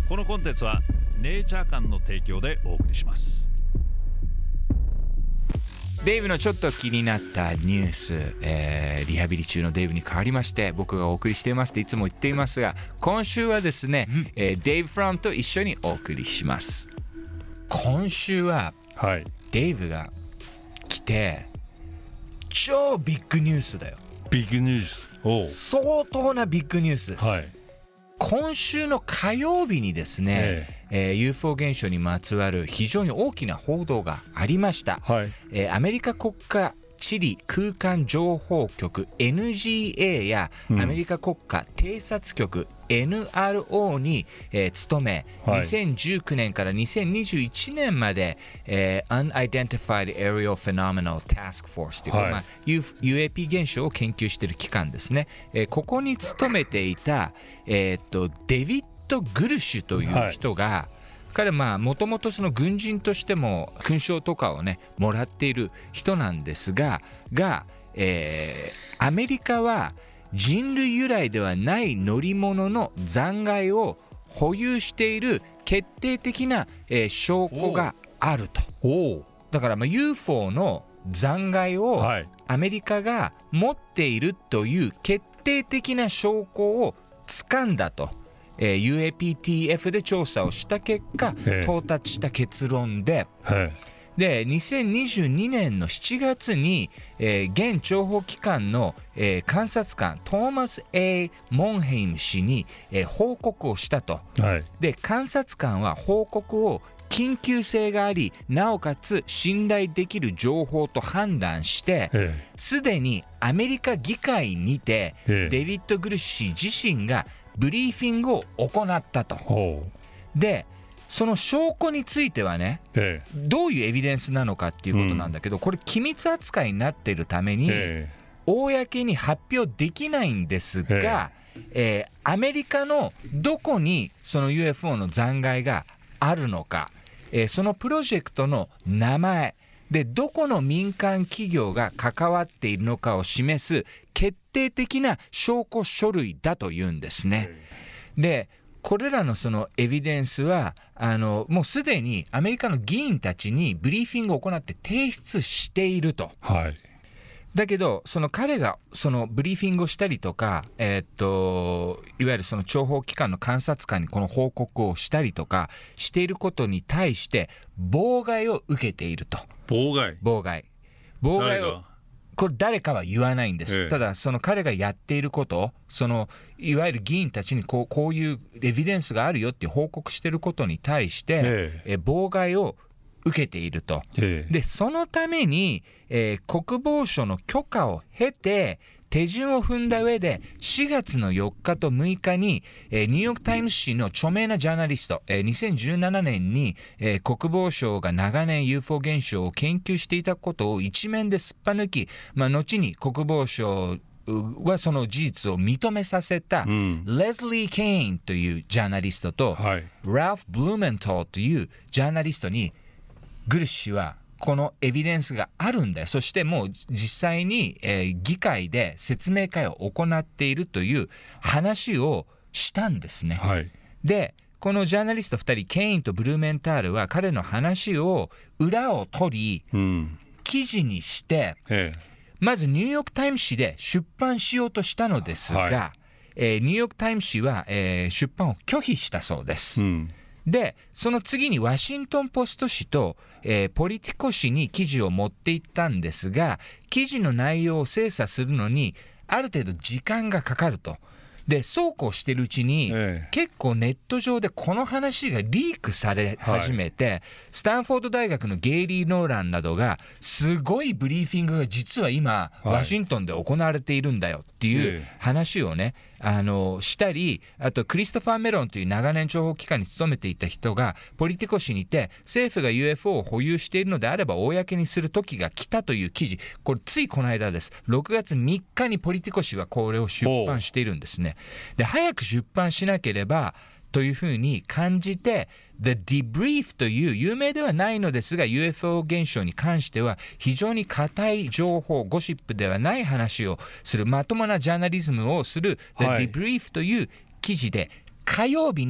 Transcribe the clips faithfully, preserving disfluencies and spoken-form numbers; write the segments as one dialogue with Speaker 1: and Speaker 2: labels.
Speaker 1: このコンテンツはネイチャー館の提供でお送りします。
Speaker 2: デイブのちょっと気になったニュース、えー、リハビリ中のデイブに代わりまして僕がお送りしていますっていつも言っていますが、今週はですね、うんえー、デイブ・フロムと一緒にお送りします。今週は、はい、デイブが来て超ビッグニュースだよ。
Speaker 3: ビッグニュース、
Speaker 2: 相当なビッグニュースです、はい、今週の火曜日にですね、えええー、ユーフォー 現象にまつわる非常に大きな報道がありました、はいえー、アメリカ国家地理空間情報局 エヌジーエー やアメリカ国家偵察局 エヌアールオー に、えー、勤め、はい、にせんじゅうきゅうねんからにせんにじゅういちねんまで、えー、Unidentified Aerial Phenomenal Task Force という、はいまあ、ユーエーピー 現象を研究している機関ですね、えー、ここに勤めていた、えー、っとデビッド・グルシュという人が、はい彼はもともとその軍人としても勲章とかをねもらっている人なんですがが、えー、アメリカは人類由来ではない乗り物の残骸を保有している決定的な、えー、証拠があると。おだからまあ ユーフォー の残骸をアメリカが持っているという決定的な証拠を掴んだと。えー、ユーエーピーティーエフ で調査をした結果到達した結論で、でにせんにじゅうにねんのしちがつに、えー、現諜報機関の、えー、監察官トーマス・ A ・モンヘイム氏に、えー、報告をしたと、はい、で監察官は報告を緊急性がありなおかつ信頼できる情報と判断してすでにアメリカ議会にてデビッド・グルシ自身がブリーフィングを行ったと。でその証拠についてはね、ええ、どういうエビデンスなのかっていうことなんだけど、うん、これ機密扱いになっているために、ええ、公に発表できないんですが、えええー、アメリカのどこにその ユーエフオー の残骸があるのか、えー、そのプロジェクトの名前でどこの民間企業が関わっているのかを示す決定的な証拠書類だというんですね。でこれらのそのエビデンスはあのもうすでにアメリカの議員たちにブリーフィングを行って提出していると、はい、だけどその彼がそのブリーフィングをしたりとか、えー、っといわゆるその諜報機関の監察官にこの報告をしたりとかしていることに対して妨害を受けていると。
Speaker 3: 妨害
Speaker 2: 妨害妨害をこれ誰かは言わないんです、ええ、ただその彼がやっていることそのいわゆる議員たちにこう、こういうエビデンスがあるよって報告していることに対して、ええ、妨害を受けていると、ええ、でそのために、えー、国防省の許可を経て手順を踏んだ上でしがつのよっかとむいかに、えー、ニューヨークタイムズ紙の著名なジャーナリスト、えー、にせんじゅうななねんに、えー、国防省が長年 ユーフォー 現象を研究していたことを一面ですっぱ抜き、まあ、後に国防省はその事実を認めさせた、うん、レズリー・ケインというジャーナリストと、はい、ラルフ・ブルーメントルというジャーナリストにグルシはこのエビデンスがあるんだよ、そしてもう実際に、えー、議会で説明会を行っているという話をしたんですね、はい、でこのジャーナリストふたりケインとブルーメンタールは彼の話を裏を取り、うん、記事にしてまずニューヨークタイム誌で出版しようとしたのですが、はいえー、ニューヨークタイム誌は、えー、出版を拒否したそうです、うんでその次にワシントンポスト紙と、えー、ポリティコ紙に記事を持っていったんですが記事の内容を精査するのにある程度時間がかかると。でそうこうしてるうちに、ええ、結構ネット上でこの話がリークされ始めて、はい、スタンフォード大学のゲイリー・ノーランなどがすごいブリーフィングが実は今、はい、ワシントンで行われているんだよっていう話をね、ええ、あのしたりあとクリストファー・メロンという長年諜報機関に勤めていた人がポリティコ紙にて政府が ユーエフオー を保有しているのであれば公にする時が来たという記事、これついこの間ですろくがつみっかにポリティコ紙はこれを出版しているんですね。で早く出版しなければというふうに感じて The Debrief という有名ではないのですが ユーエフオー 現象に関しては非常に固い情報ゴシップではない話をするまともなジャーナリズムをする The Debrief という記事で火曜日に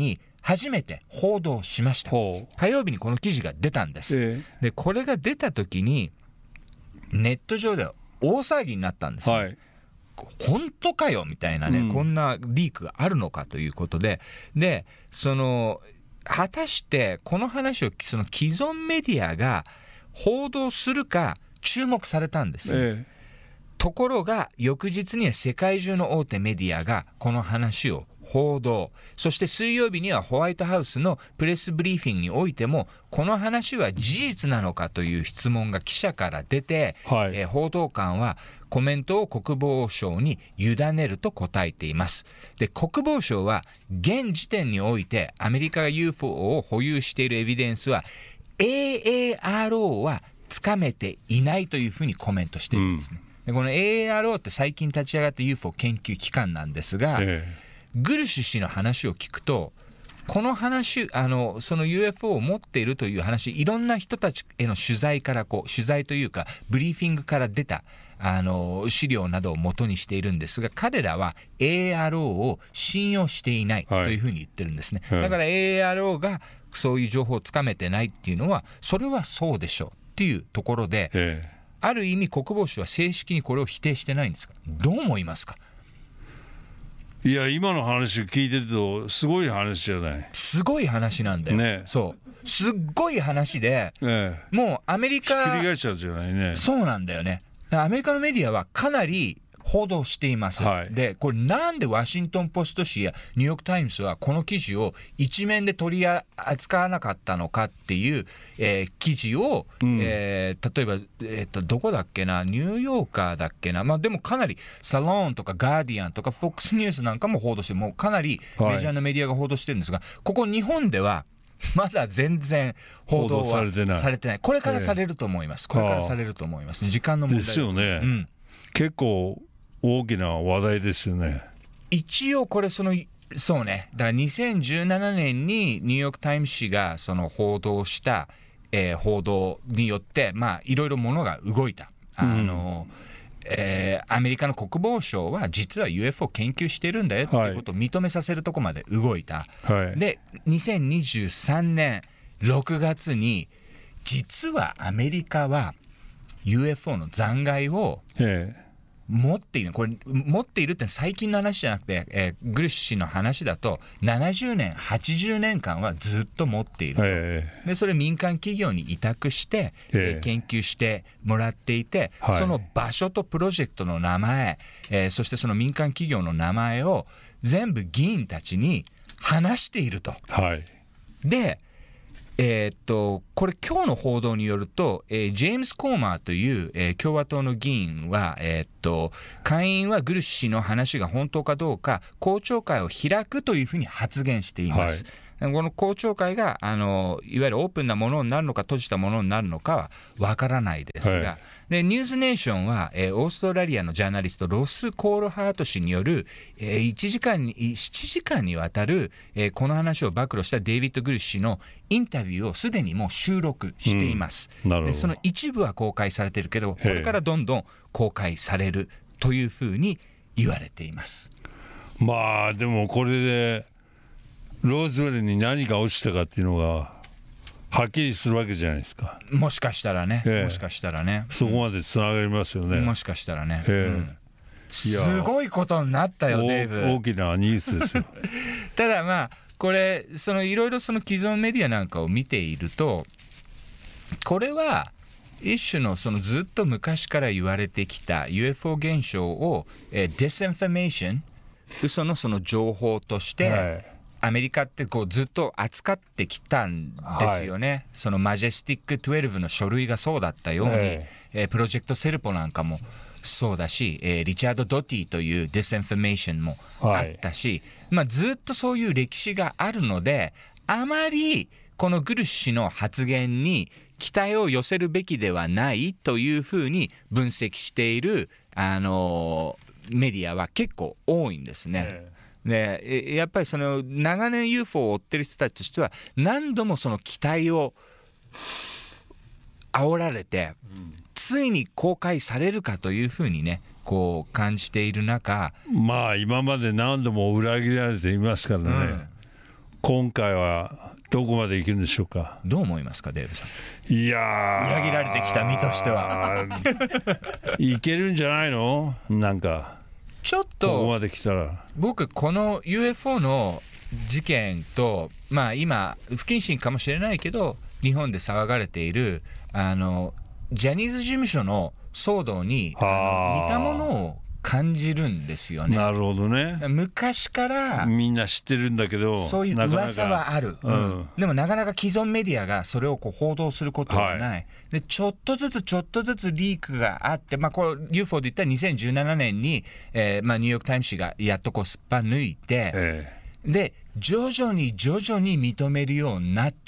Speaker 2: 初めて報道しました。火曜日にこの記事が出たんです、えー、でこれが出た時にネット上では大騒ぎになったんですね、はい、本当かよみたいなね、うん、こんなリークがあるのかということで、でその果たしてこの話をその既存メディアが報道するか注目されたんですよ、えー、ところが翌日には世界中の大手メディアがこの話を報道、そして水曜日にはホワイトハウスのプレスブリーフィングにおいてもこの話は事実なのかという質問が記者から出て、はい、えー、報道官はコメントを国防省に委ねると答えています。で国防省は現時点においてアメリカが ユーフォー を保有しているエビデンスは エーエーアールオー はつかめていないというふうにコメントしているんですね、うん、でこの エーエーアールオー って最近立ち上がった ユーフォー 研究機関なんですが、えーグルシュ氏の話を聞くとこの話あのその ユーエフオー を持っているという話いろんな人たちへの取材からこう取材というかブリーフィングから出たあの資料などを元にしているんですが彼らは エーエーアールオー を信用していないというふうに言ってるんですね、はい、だから エーエーアールオー がそういう情報をつかめてないっていうのはそれはそうでしょうっていうところで、ええ、ある意味国防省は正式にこれを否定してないんですがどう思いますか？
Speaker 3: いや今の話聞いてるとすごい話じゃない。
Speaker 2: すごい話なんだよ、ね、そうすっごい話で、ええ、もうアメリカ
Speaker 3: ひっくり返しちゃうじゃないね。
Speaker 2: そうなんだよね。アメリカのメディアはかなり報道しています、はい、でこれなんでワシントンポスト紙やニューヨークタイムズはこの記事を一面で取り扱わなかったのかっていう、えー、記事を、うんえー、例えば、えー、とどこだっけなニューヨーカーだっけな、まあ、でもかなりサローンとかガーディアンとかフォックスニュースなんかも報道してもうかなりメジャーなメディアが報道してるんですが、はい、ここ日本ではまだ全然報道はされてない、されてない。これからされると思います、えー、これからされると思います。時間の問題
Speaker 3: ですよね、うん、結構大きな話題ですよね。
Speaker 2: 一応これそのそうねだからにせんじゅうななねんにニューヨークタイム誌がその報道した、えー、報道によってまあいろいろ物が動いた。あの、うんえー、アメリカの国防省は実は ユーエフオー 研究してるんだよっていうことを認めさせるとこまで動いた、はい、でにせんにじゅうさんねんろくがつに実はアメリカは ユーエフオー の残骸を持っている。これ持っているって最近の話じゃなくて、えー、グルッシュの話だとななじゅうねんはちじゅうねんかんはずっと持っていると、えー、でそれ民間企業に委託して、えー、研究してもらっていて、はい、その場所とプロジェクトの名前、えー、そしてその民間企業の名前を全部議員たちに話していると、はい、でえー、っとこれ今日の報道によると、えー、ジェームス・コーマーという、えー、共和党の議員は、えー、っと下院はグルッシュの話が本当かどうか公聴会を開くというふうに発言しています、はい、この公聴会があのいわゆるオープンなものになるのか閉じたものになるのかはわからないですが、はい、でニュースネーションは、えー、オーストラリアのジャーナリストロス・コールハート氏による、えー、いちじかんにななじかんにわたる、えー、この話を暴露したデイビッド・グルッシュのインタビューをすでにもう収録しています、うん、でその一部は公開されているけどこれからどんどん公開されるというふうに言われています。
Speaker 3: まあでもこれでローズウェルに何が落ちたかっていうのがはっきりするわけじゃないですか。
Speaker 2: もしかしたらね、ええ、もしかしたらね
Speaker 3: そこまでつながりますよね、
Speaker 2: うん、もしかしたらね、ええうん、すごいことになったよデイブ。
Speaker 3: 大きなニュースですよ
Speaker 2: ただまあこれそのいろいろその既存メディアなんかを見ているとこれは一種のそのずっと昔から言われてきた ユーエフオー 現象を、えー、ディスインフォメーション嘘のその情報として、はい、アメリカってこうずっと扱ってきたんですよね、はい、そのマジェスティックじゅうにの書類がそうだったように、はいえー、プロジェクトセルポなんかもそうだし、えー、リチャード・ドティというディスインフォメーションもあったし、はいまあ、ずっとそういう歴史があるのであまりこのグルッシュの発言に期待を寄せるべきではないというふうに分析している、あのー、メディアは結構多いんですね、えー、でやっぱりその長年 ユーエフオー を追ってる人たちとしては何度もその期待を煽られて、うん、ついに公開されるかというふうにねこう感じている中
Speaker 3: まあ今まで何度も裏切られていますからね、うん、 今回はどこまで行くんでしょうか。
Speaker 2: どう思いますか、デーブさん。
Speaker 3: いやー、
Speaker 2: 裏切られてきた身としては
Speaker 3: いけるんじゃないの。なんか
Speaker 2: ちょっ
Speaker 3: ここま
Speaker 2: と
Speaker 3: で来たら。
Speaker 2: 僕この ユーエフオー の事件と、まあ今不謹慎かもしれないけど日本で騒がれているあのジャニーズ事務所の騒動にあの似たものを感じるんですよね。
Speaker 3: なるほどね。
Speaker 2: 昔から
Speaker 3: みんな知ってるんだけど、
Speaker 2: そういう噂はある。
Speaker 3: なかなか、うん、
Speaker 2: でもなかなか既存メディアがそれをこう報道することはない、はい、でちょっとずつちょっとずつリークがあって、まあ、これ ユーフォー で言ったらにせんじゅうななねんに、えーまあ、ニューヨーク・タイムズ紙がやっとこうすっぱ抜いて、ええ、で徐々に徐々に認めるようになって、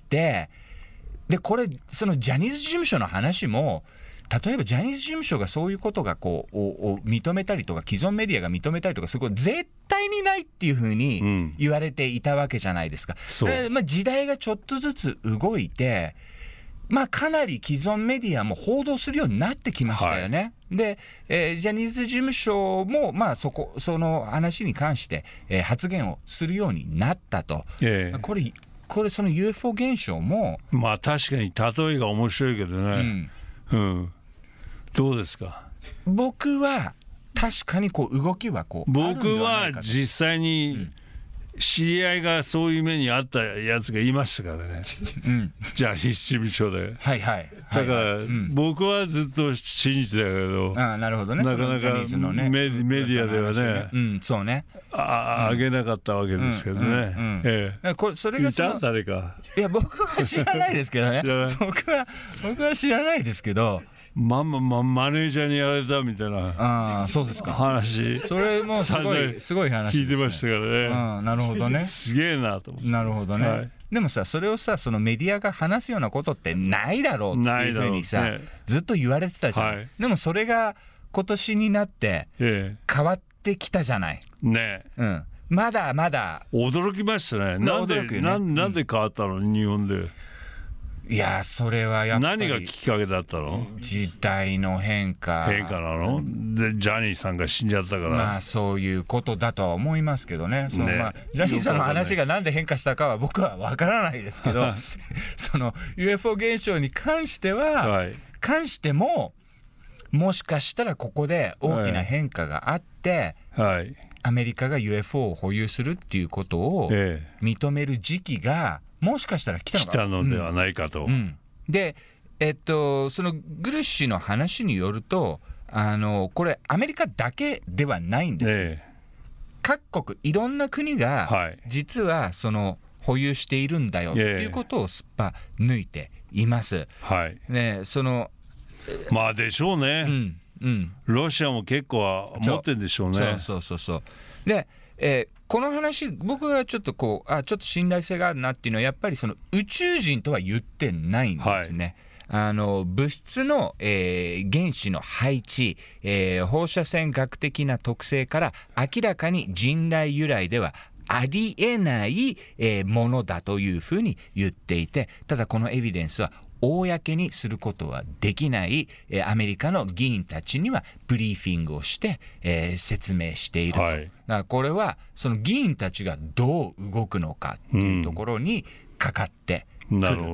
Speaker 2: でこれそのジャニーズ事務所の話も例えばジャニーズ事務所がそういうことがこうをを認めたりとか既存メディアが認めたりとかすごい絶対にないっていうふうに言われていたわけじゃないですか、うん、でまあ、時代がちょっとずつ動いて、まあ、かなり既存メディアも報道するようになってきましたよね、はい、で、えー、ジャニーズ事務所も、まあ、そこその話に関して、えー、発言をするようになったと、えー、これこれその ユーエフオー 現象も
Speaker 3: まあ確かに例えが面白いけどね、うん、うん、どうですか。
Speaker 2: 僕は確かにこう動きはこうあるんで
Speaker 3: 僕
Speaker 2: はないかと。
Speaker 3: は実際に知り合いがそういう目にあったやつがいましたからね、うん、ジャニーズ事務所で、
Speaker 2: はいはい、
Speaker 3: だから僕はずっと信じてたけど、
Speaker 2: ああなるほどね、
Speaker 3: なかなかメディアではね、
Speaker 2: うん、そうね、
Speaker 3: あ、うん、上げなかったわけですけどね、うんうんうん、ええ、
Speaker 2: これそれがその
Speaker 3: いた誰か。
Speaker 2: いや僕は知らないですけどね僕は僕は知らないですけど、
Speaker 3: まんま、ま、マネージャーにやられたみたいな、
Speaker 2: ああそうですか、
Speaker 3: 話
Speaker 2: それもすごいすごい話ですね。
Speaker 3: 聞いてましたからね。
Speaker 2: ああなるほどね。
Speaker 3: すげえなと思って。
Speaker 2: なるほどね、はい、でもさそれをさそのメディアが話すようなことってないだろうっていうふうにさ、ね、ずっと言われてたじゃない、はい、でもそれが今年になって変わってきたじゃない、
Speaker 3: ね、
Speaker 2: うん、まだまだ
Speaker 3: 驚きましたね。なんで、ね、な, なんで変わったの、うん、日本で。
Speaker 2: いやそれはやっぱり
Speaker 3: 何がきっかけだったの。
Speaker 2: 時代の変化
Speaker 3: 変化なので、ジャニーさんが死んじゃったから。
Speaker 2: まあそういうことだとは思いますけどね。その、まあ、ジャニーさんの話がなんで変化したかは僕は分からないですけどその ユーエフオー 現象に関しては、はい、関してももしかしたらここで大きな変化があって、はい、アメリカが ユーエフオー を保有するっていうことを認める時期がもしかしたら来たのか、
Speaker 3: 来たのではないかと、
Speaker 2: うんうん、で、えっと、そのグルッシュの話によるとあのこれアメリカだけではないんです、ええ、各国いろんな国が実はその保有しているんだよっていうことをすっぱ抜いています、はいね、その
Speaker 3: まあでしょうね、うんうん、ロシアも結構は持ってるんでしょうね。
Speaker 2: そうそうそうそうで、えーこの話僕がちょっとこうあちょっと信頼性があるなっていうのはやっぱりその宇宙人とは言ってないんですね、はい、あの物質の、えー、原子の配置、えー、放射線学的な特性から明らかに人類由来ではありえない、えー、ものだというふうに言っていて、ただこのエビデンスは公にすることはできない、えー、アメリカの議員たちにはブリーフィングをして、えー、説明していると、はい、だからこれはその議員たちがどう動くのかっていうところにかかってくる、うん、なるほど、うん、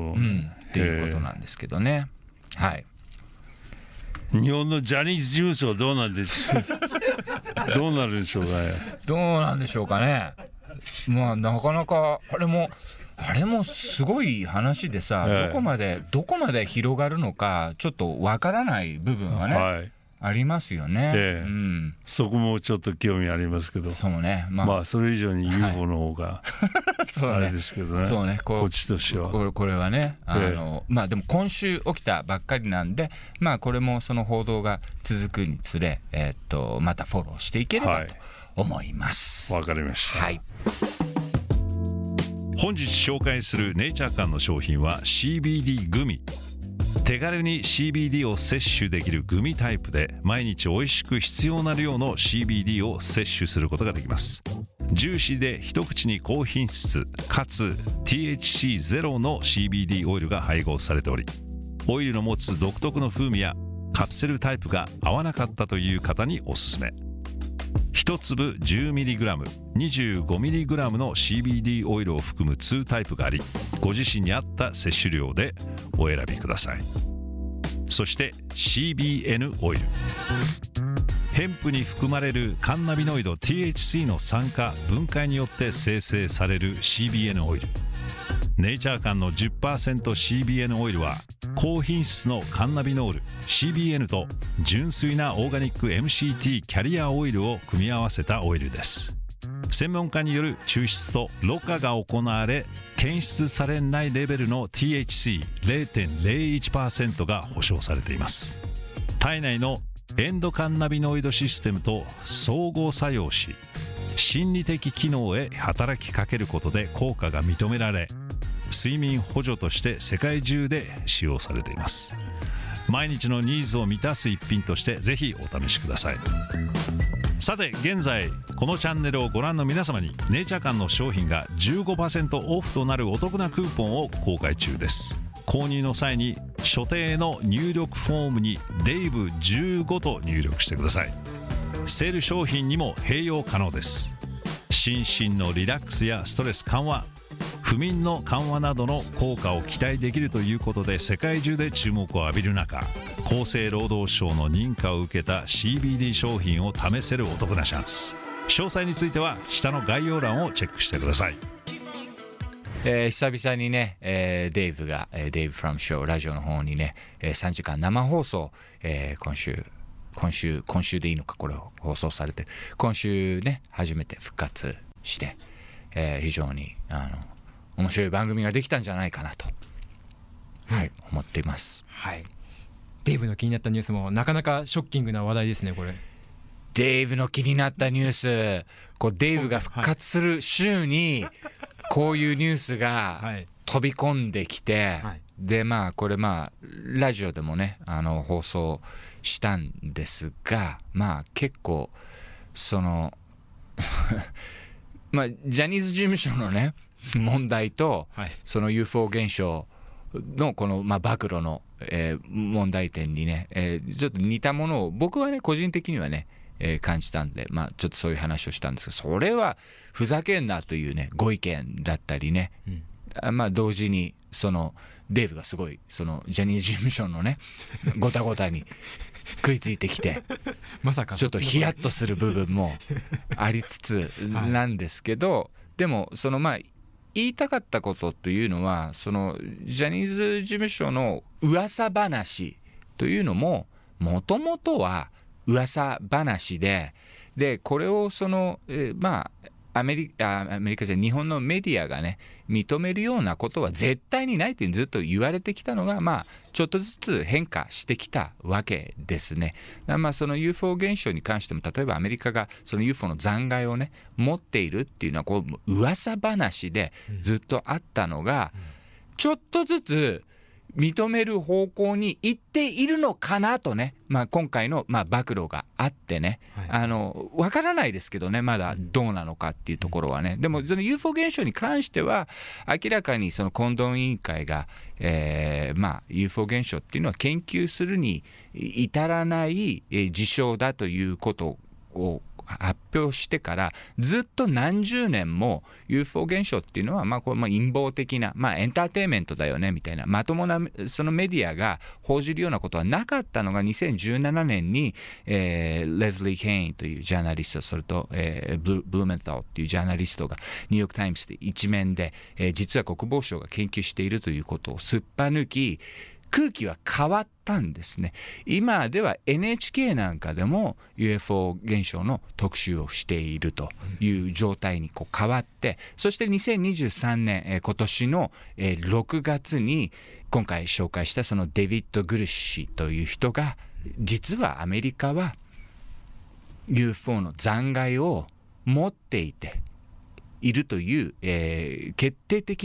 Speaker 2: っていうことなんですけどね。はい。
Speaker 3: 日本のジャニーズ事務所はどうなんでしょうどうなるでしょうかね。
Speaker 2: どうなんでしょうかね。まあなかなかあれもあれもすごい話でさ、ええ、どこまでどこまで広がるのかちょっとわからない部分はね、はい、ありますよね、ええ、うん、
Speaker 3: そこもちょっと興味ありますけど、
Speaker 2: そうね、
Speaker 3: まあ、まあそれ以上に ユーフォー の方が、はい、あれですけどね、
Speaker 2: そうね、こ
Speaker 3: こっちとしては
Speaker 2: これ、これはねあの、ええ、まあでも今週起きたばっかりなんで、まあこれもその報道が続くにつれ、えー、っとまたフォローしていければと思います。
Speaker 3: わ、はい、かりました。
Speaker 2: はい。
Speaker 1: 本日紹介するネイチャー館の商品は シービーディー グミ。手軽に シービーディー を摂取できるグミタイプで、毎日おいしく必要な量の シービーディー を摂取することができます。ジューシーで一口に高品質かつ ティーエイチシーゼロ の シービーディー オイルが配合されており、オイルの持つ独特の風味やカプセルタイプが合わなかったという方におすすめ。 いち粒 じゅうミリグラム、にじゅうごミリグラム の シービーディー オイルを含むにタイプがあり、ご自身に合った摂取量でお選びください。そして シービーエヌ オイル、ヘンプに含まれるカンナビノイド ティーエイチシー の酸化分解によって生成される シービーエヌ オイル。ネイチャー館の じゅっパーセントシービーエヌ オイルは高品質のカンナビノール シービーエヌ と純粋なオーガニック エムシーティー キャリアオイルを組み合わせたオイルです。専門家による抽出とろ過が行われ、検出されないレベルの ティーエイチシーゼロてんゼロいちパーセント が保証されています。体内のエンドカンナビノイドシステムと相互作用し、心理的機能へ働きかけることで効果が認められ、睡眠補助として世界中で使用されています。毎日のニーズを満たす一品としてぜひお試しください。さて現在このチャンネルをご覧の皆様にネイチャー館の商品が じゅうごパーセント オフとなるお得なクーポンを公開中です。購入の際に所定の入力フォームに デイブじゅうご と入力してください。セール商品にも併用可能です。心身のリラックスやストレス緩和、不眠の緩和などの効果を期待できるということで世界中で注目を浴びる中、厚生労働省の認可を受けた シービーディー 商品を試せるお得なチャンス。詳細については下の概要欄をチェックしてください。
Speaker 2: えー、久々にね、えー、デイブが、えー、デイブフラムショーラジオの方にね、えー、さんじかん生放送、えー、今週今週今週でいいのかこれを放送されてる今週ね初めて復活して、えー、非常にあの面白い番組ができたんじゃないかなと、はい、思っています。
Speaker 4: はい。デイブの気になったニュースもなかなかショッキングな話題ですねこれ。
Speaker 2: デイブの気になったニュース、こうデイブが復活する週にこういうニュースが飛び込んできて、はい、でまあこれまあラジオでもねあの放送したんですが、まあ結構そのまあジャニーズ事務所のね問題と、はい、その ユーフォー 現象のこのまあ暴露の、えー、問題点にね、えー、ちょっと似たものを僕はね個人的にはね、えー、感じたんで、まあちょっとそういう話をしたんですが、それはふざけんなというねご意見だったりね、うん、まあ同時にそのデーブがすごいそのジャニーズ事務所のねごたごたに食いついてきてまさかちょっとヒヤッとする部分もありつつなんですけど、はい、でもそのまあ言いたかったことというのはそのジャニーズ事務所の噂話というのももともとは噂話で、でこれをその、えー、まあアメリカ、アメリカじゃ日本のメディアがね認めるようなことは絶対にないってずっと言われてきたのが、まあちょっとずつ変化してきたわけですね。まあその ユーフォー 現象に関しても例えばアメリカがその ユーフォー の残骸をね持っているっていうのはこう噂話でずっとあったのが、ちょっとずつ認める方向に行っているのかなとね、まあ、今回のまあ暴露があってね、はい、あの分からないですけどねまだどうなのかっていうところはね、うん、でもその ユーフォー 現象に関しては明らかにその混同委員会が、えー、まあ ユーフォー 現象っていうのは研究するに至らない事象だということを発表してからずっと何十年も ユーフォー 現象っていうのはまあこれも陰謀的なまあエンターテインメントだよねみたいなまともなそのメディアが報じるようなことはなかったのがにせんじゅうななねんに、えー、レズリー・ケインというジャーナリスト、それと、えー、ブ, ブルーメンタルっていうジャーナリストがニューヨーク・タイムズで一面で、えー、実は国防省が研究しているということをすっぱ抜き空気は変わったんですね。今では エヌエイチケー なんかでも ユーエフオー 現象の特集をしているという状態にこう変わって、そしてにせんにじゅうさんねん、えー、今年のろくがつに今回紹介したそのデビッド・グルシという人が実はアメリカは ユーエフオー の残骸を持っていているという、えー、決定的な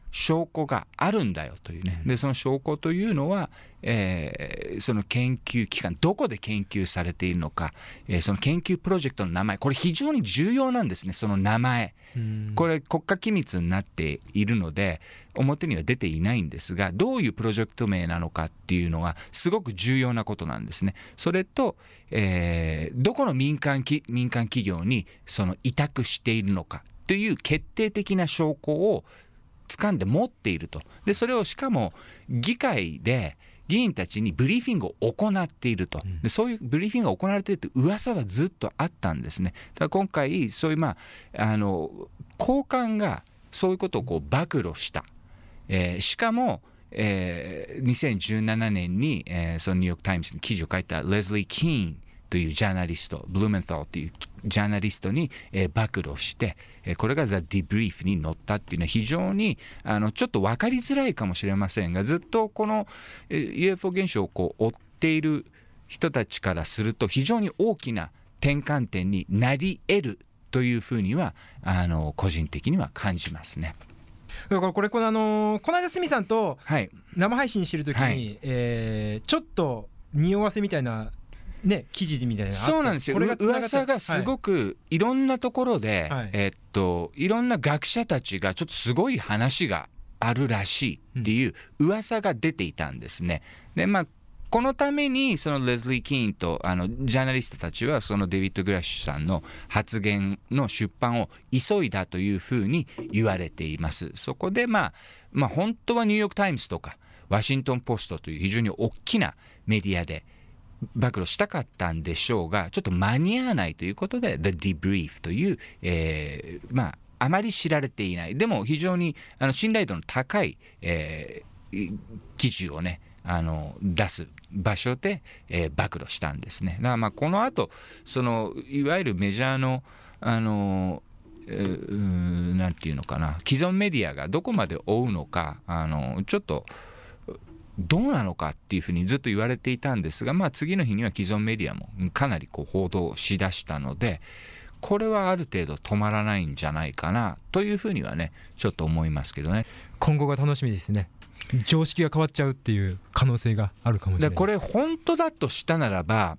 Speaker 2: 証拠があるんだよというね。でその証拠というのは、えー、その研究機関どこで研究されているのか、えー、その研究プロジェクトの名前、これ非常に重要なんですね。その名前、これ国家機密になっているので表には出ていないんですが、どういうプロジェクト名なのかっていうのがすごく重要なことなんですね。それと、えー、どこの民間き民間企業にその委託しているのかという決定的な証拠を掴んで持っていると。でそれをしかも議会で議員たちにブリーフィングを行っていると。でそういうブリーフィングが行われているという噂はずっとあったんですね。ただ今回そういうまああの高官がそういうことをこう暴露した、えー、しかも、えー、にせんじゅうななねんに、えー、そのニューヨーク・タイムズに記事を書いたレズリー・キーンというジャーナリスト、ブルーメンソーというジャーナリストに、えー、暴露して、えー、これが The Debrief に載ったっていうのは非常にあのちょっと分かりづらいかもしれませんが、ずっとこの、えー、ユーエフオー 現象をこう追っている人たちからすると非常に大きな転換点になり得るというふうにはあの個人的には感じますね。
Speaker 4: だからこれこのあのこの間鷲見さんと生配信してる時に、はい、えー、ちょっと匂わせみたいなね、記事みたいな。
Speaker 2: そうなんですよ。噂がすごくいろんなところで、はい、えー、っといろんな学者たちがちょっとすごい話があるらしいっていう噂が出ていたんですね。でまあこのためにそのレズリー・キーンとあのジャーナリストたちはそのデビッド・グラッシュさんの発言の出版を急いだというふうに言われています。そこでまあまあ本当はニューヨーク・タイムズとかワシントン・ポストという非常に大きなメディアで暴露したかったんでしょうが、ちょっと間に合わないということで The Debrief という、えー、まああまり知られていない、でも非常にあの信頼度の高い、えー、記事をねあの出す場所で、えー、暴露したんですね。だからまあこの後そのいわゆるメジャーのあのえー、なんていうのかな、既存メディアがどこまで追うのか、あのちょっとどうなのかっていうふうにずっと言われていたんですが、まあ次の日には既存メディアもかなりこう報道しだしたので、これはある程度止まらないんじゃないかなというふうにはねちょっと思いますけどね。
Speaker 4: 今後が楽しみですね。常識が変わっちゃうっていう可能性があるかもしれない。
Speaker 2: でこれ本当だとしたならば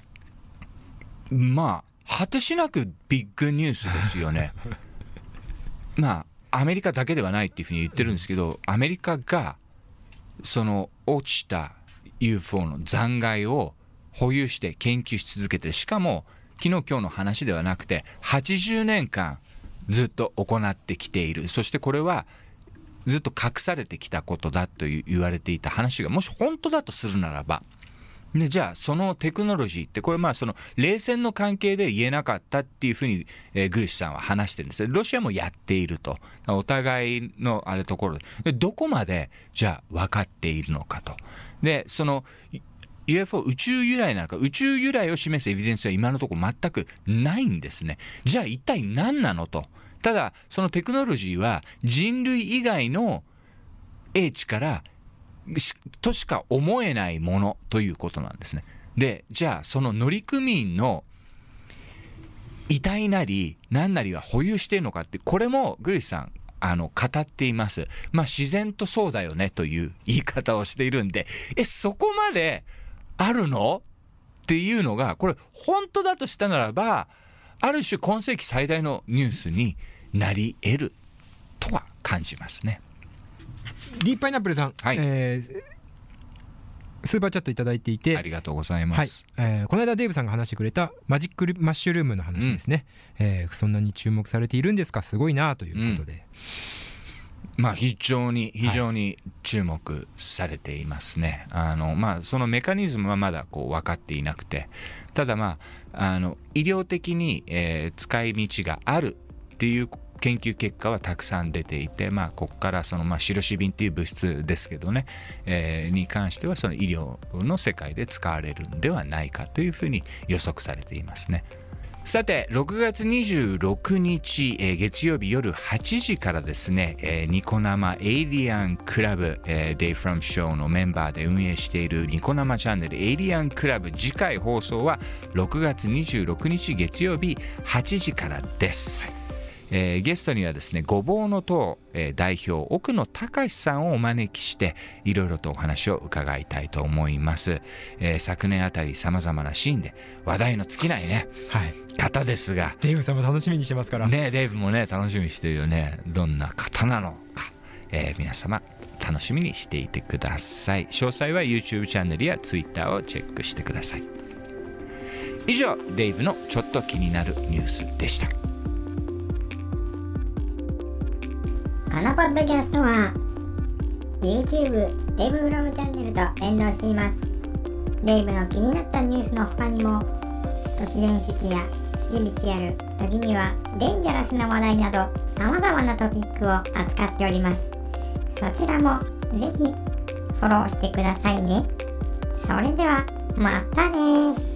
Speaker 2: まあ果てしなくビッグニュースですよね。まあアメリカだけではないっていうふうに言ってるんですけど、アメリカがその落ちた ユーフォー の残骸を保有して研究し続けてる。しかも昨日今日の話ではなくてはちじゅうねんかんずっと行ってきている。そしてこれはずっと隠されてきたことだと言われていた話がもし本当だとするならば、でじゃあそのテクノロジーってこれまあその冷戦の関係で言えなかったっていうふうに、えー、グリッシュさんは話してるんです。ロシアもやっていると、お互いのあれところでどこまでじゃあ分かっているのかと。でその ユーエフオー 宇宙由来なのか、宇宙由来を示すエビデンスは今のところ全くないんですね。じゃあ一体何なのと。ただそのテクノロジーは人類以外の英知からとしか思えないものということなんですね。でじゃあその乗組員の遺体なり何なりは保有しているのかって、これもグリスさんあの語っています。まあ自然とそうだよねという言い方をしているんで、えそこまであるのっていうのが、これ本当だとしたならばある種今世紀最大のニュースになり得るとは感じますね。
Speaker 4: ディープパイナップルさん、はい、えー、スーパーチャットいただいていて
Speaker 2: ありがとうございます、
Speaker 4: はい、えー、この間デーブさんが話してくれたマジックマッシュルームの話ですね、うん、えー、そんなに注目されているんですか、すごいなということで、
Speaker 2: うん、まあ非常に非常に注目されていますね、はい、あのまあそのメカニズムはまだこう分かっていなくて、ただまああの医療的に、えー、使い道があるっていう研究結果はたくさん出ていて、まあ、ここからその、まあ、シロシビンという物質ですけどね、えー、に関してはその医療の世界で使われるんではないかというふうに予測されていますね。さてろくがつにじゅうろくにち、えー、月曜日夜はちじからですね、えー、ニコ生エイリアンクラブ、えー、Day From Show のメンバーで運営しているニコ生チャンネルエイリアンクラブ、次回放送はろくがつにじゅうろくにち月曜日はちじからです。ええー、ゲストにはですねごぼうの党、えー、代表奥野隆さんをお招きしていろいろとお話を伺いたいと思います、えー、昨年あたりさまざまなシーンで話題の尽きないね、はい、方ですが、
Speaker 4: デーブさんも楽しみにしてますから
Speaker 2: ね。デーブもね楽しみにしてるよね。どんな方なのか、えー、皆様楽しみにしていてください。詳細は YouTube チャンネルや Twitter をチェックしてください。以上、デイブのちょっと気になるニュースでした。
Speaker 5: このポッドキャストは YouTube デイブフロムチャンネルと連動しています。デイブの気になったニュースの他にも都市伝説やスピリチュアル、時にはデンジャラスな話題などさまざまなトピックを扱っております。そちらもぜひフォローしてくださいね。それではまたね。